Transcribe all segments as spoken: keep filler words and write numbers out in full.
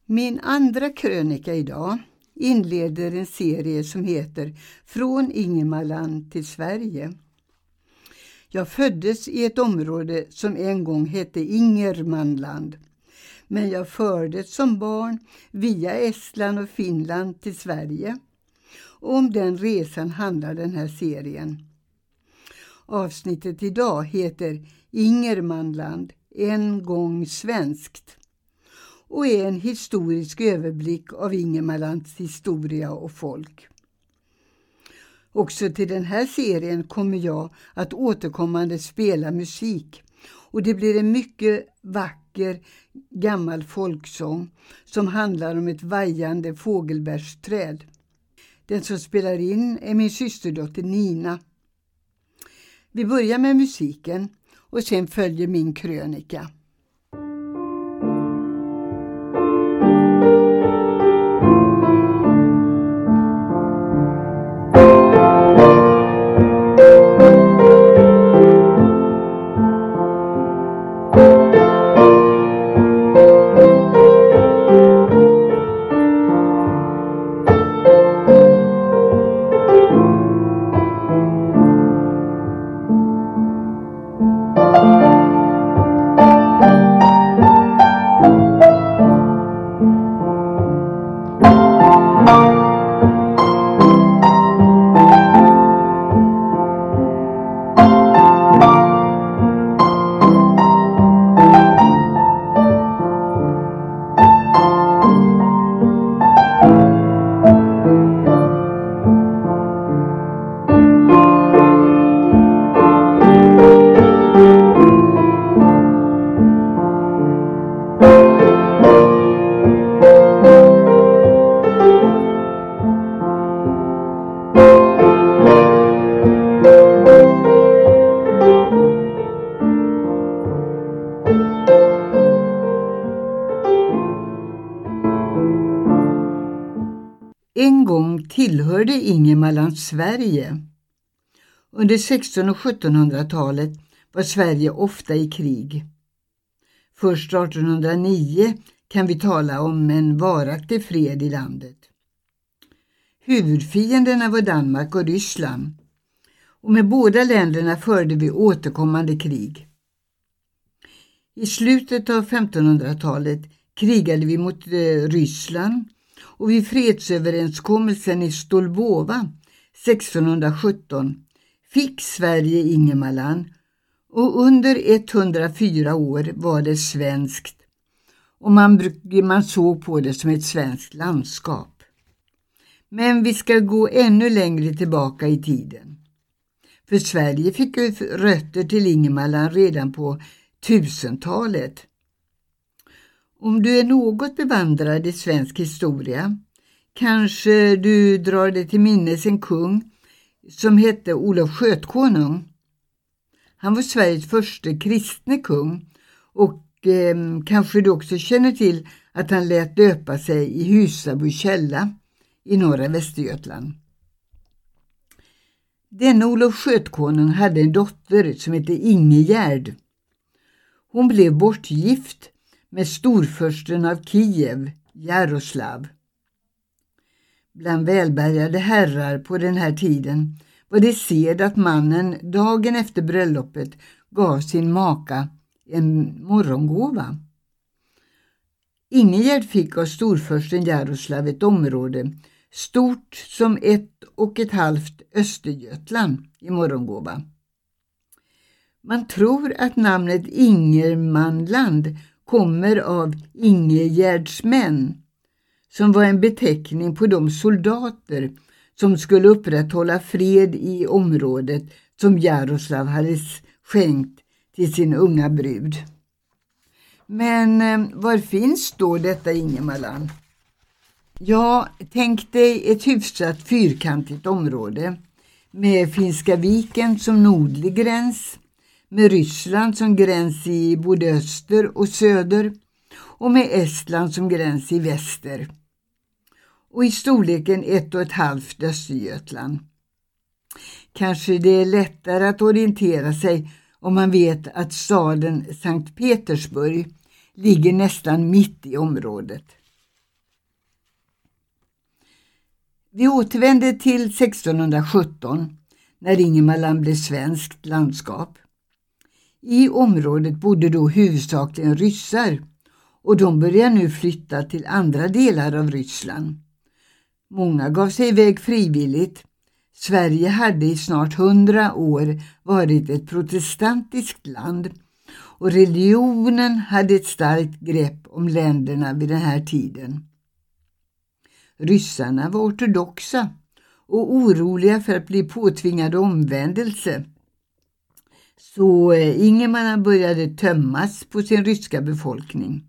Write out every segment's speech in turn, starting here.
Min andra krönika idag inleder en serie som heter Från Ingemarland till Sverige. Jag föddes i ett område som en gång hette Ingermanland, men jag fördes som barn via Estland och Finland till Sverige. Och om den resan handlar den här serien. Avsnittet idag heter Ingermanland, en gång svenskt, och är en historisk överblick av Ingermanlands historia och folk. Också till den här serien kommer jag att återkommande spela musik, och det blir en mycket vacker gammal folksång som handlar om ett vajande fågelbärsträd. Den som spelar in är min systerdotter Nina. Vi börjar med musiken och sen följer min krönika. En gång tillhörde Ingemarland Sverige. Under sextonhundra- och sjuttonhundratalet var Sverige ofta i krig. Först artonhundranio kan vi tala om en varaktig fred i landet. Huvudfienderna var Danmark och Ryssland, och med båda länderna förde vi återkommande krig. I slutet av femtonhundratalet krigade vi mot eh, Ryssland, och vid fredsöverenskommelsen i Stolbova sextonhundrasjutton fick Sverige Ingemarland, och under etthundrafyra år var det svenskt, och man, man såg på det som ett svenskt landskap. Men vi ska gå ännu längre tillbaka i tiden. För Sverige fick ju rötter till Ingemarland redan på tusentalet. Om du är något bevandrad i svensk historia kanske du drar dig till minnes en kung som hette Olof Skötkonung. Han var Sveriges första kristne kung, och eh, kanske du också känner till att han lät döpa sig i Husaby källa i norra Västergötland. Denna Olof Skötkonung hade en dotter som hette Ingegärd. Hon blev bortgift med storförsten av Kiev, Jaroslav. Bland välbärgade herrar på den här tiden var det sed att mannen dagen efter bröllopet gav sin maka en morgongåva. Ingegärd fick av storförsten Jaroslav ett område stort som ett och ett halvt Östergötland i morgongåva. Man tror att namnet Ingermanland kommer av Ingegärds män, som var en beteckning på de soldater som skulle upprätthålla fred i området som Jaroslav hade skänkt till sin unga brud. Men var finns då detta Ingemarland? Ja, tänk dig ett hyfsat fyrkantigt område med Finska viken som nordlig gräns, med Ryssland som gräns i både öster och söder, och med Estland som gräns i väster. Och i storleken ett och ett halvt Östergötland. Kanske det är lättare att orientera sig om man vet att staden Sankt Petersburg ligger nästan mitt i området. Vi återvände till sextonhundrasjutton när Ingermanland blev svenskt landskap. I området bodde då huvudsakligen ryssar och de började nu flytta till andra delar av Ryssland. Många gav sig iväg frivilligt. Sverige hade i snart hundra år varit ett protestantiskt land och religionen hade ett starkt grepp om länderna vid den här tiden. Ryssarna var ortodoxa och oroliga för att bli påtvingade omvändelse. Så Ingermanland började tömmas på sin ryska befolkning.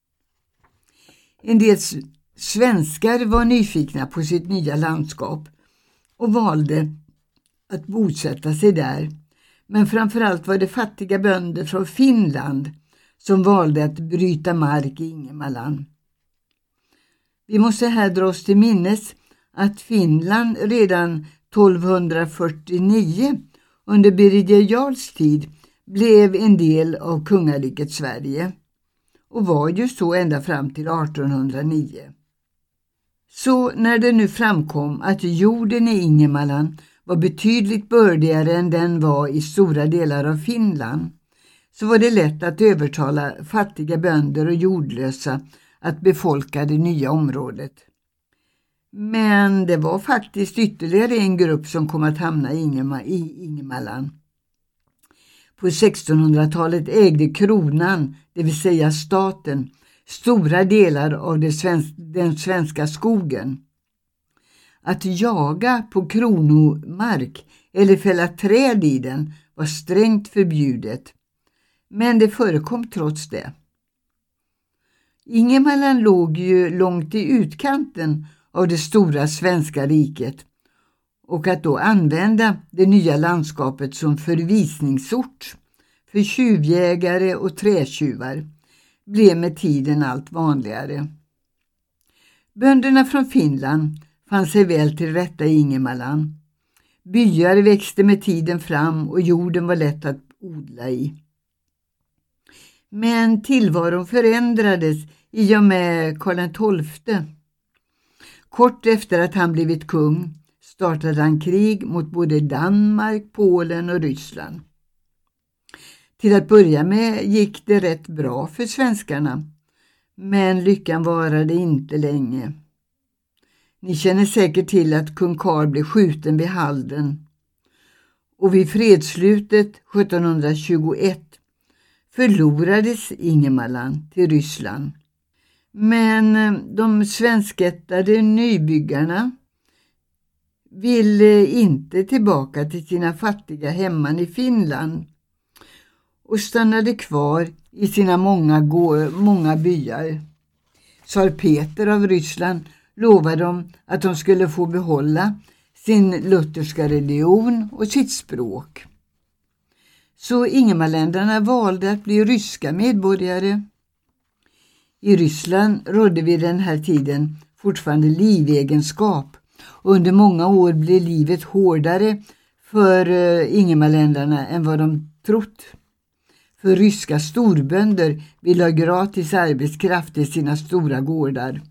En del svenskar var nyfikna på sitt nya landskap och valde att bosätta sig där. Men framförallt var det fattiga bönder från Finland som valde att bryta mark i Ingermanland. Vi måste här dra oss till minnes att Finland redan tolvhundrafyrtionio under Birger Jarls tid blev en del av kungariket Sverige och var ju så ända fram till artonhundranio. Så när det nu framkom att jorden i Ingermanland var betydligt bördigare än den var i stora delar av Finland, så var det lätt att övertala fattiga bönder och jordlösa att befolka det nya området. Men det var faktiskt ytterligare en grupp som kom att hamna i Ingermanland. På sextonhundratalet ägde kronan, det vill säga staten, stora delar av det svensk- den svenska skogen. Att jaga på kronomark eller fälla träd i den var strängt förbjudet, men det förekom trots det. Ingermanland låg ju långt i utkanten av det stora svenska riket och att då använda det nya landskapet som förvisningsort för tjuvjägare och trätjuvar blev med tiden allt vanligare. Bönderna från Finland fann sig väl till rätta i Ingermanland. Byar växte med tiden fram och jorden var lätt att odla i. Men tillvaron förändrades i och med Karl den tolfte. Kort efter att han blivit kung startade han krig mot både Danmark, Polen och Ryssland. Till att börja med gick det rätt bra för svenskarna, men lyckan varade inte länge. Ni känner säkert till att kung Karl blev skjuten vid Halden och vid fredsslutet sjuttonhundratjugoett förlorades Ingermanland till Ryssland. Men de svenskättade nybyggarna ville inte tillbaka till sina fattiga hemman i Finland och stannade kvar i sina många, gå- många byar. Tsar Peter av Ryssland lovade dem att de skulle få behålla sin lutherska religion och sitt språk. Så ingermanländarna valde att bli ryska medborgare. I Ryssland rådde vid den här tiden fortfarande livegenskap och under många år blev livet hårdare för ingermanländarna än vad de trott. För ryska storbönder ville ha gratis arbetskraft i sina stora gårdar.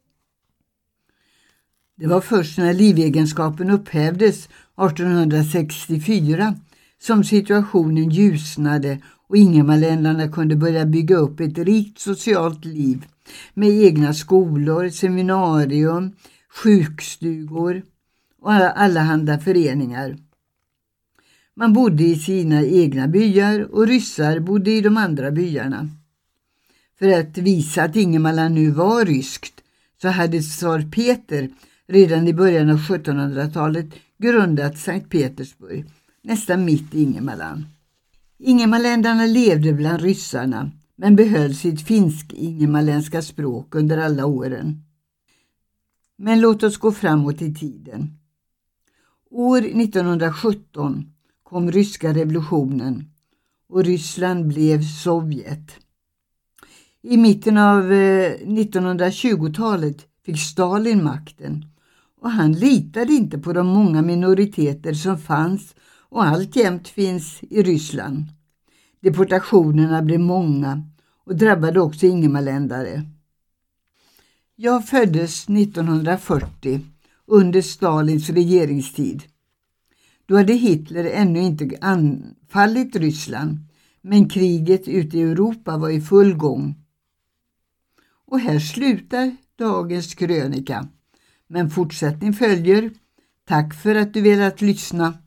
Det var först när livegenskapen upphävdes artonhundrasextiofyra som situationen ljusnade och ingermanländarna kunde börja bygga upp ett rikt socialt liv med egna skolor, seminarium, sjukstugor och allehanda föreningar. Man bodde i sina egna byar och ryssar bodde i de andra byarna. För att visa att Ingermanland nu var ryskt så hade tsar Peter redan i början av sjuttonhundratalet grundat Sankt Petersburg, nästan mitt i Ingermanland. Ingermanländarna levde bland ryssarna men behöll sitt finsk-ingermanländska språk under alla åren. Men låt oss gå framåt i tiden. År nittonhundrasjutton kom ryska revolutionen och Ryssland blev Sovjet. I mitten av nittonhundratjugotalet fick Stalin makten och han litade inte på de många minoriteter som fanns och alltjämt finns i Ryssland. Deportationerna blev många och drabbade också ingermanländare. Jag föddes nittonhundrafyrtio under Stalins regeringstid. Då hade Hitler ännu inte anfallit Ryssland, men kriget ute i Europa var i full gång. Och här slutar dagens krönika, men fortsättning följer. Tack för att du velat lyssna.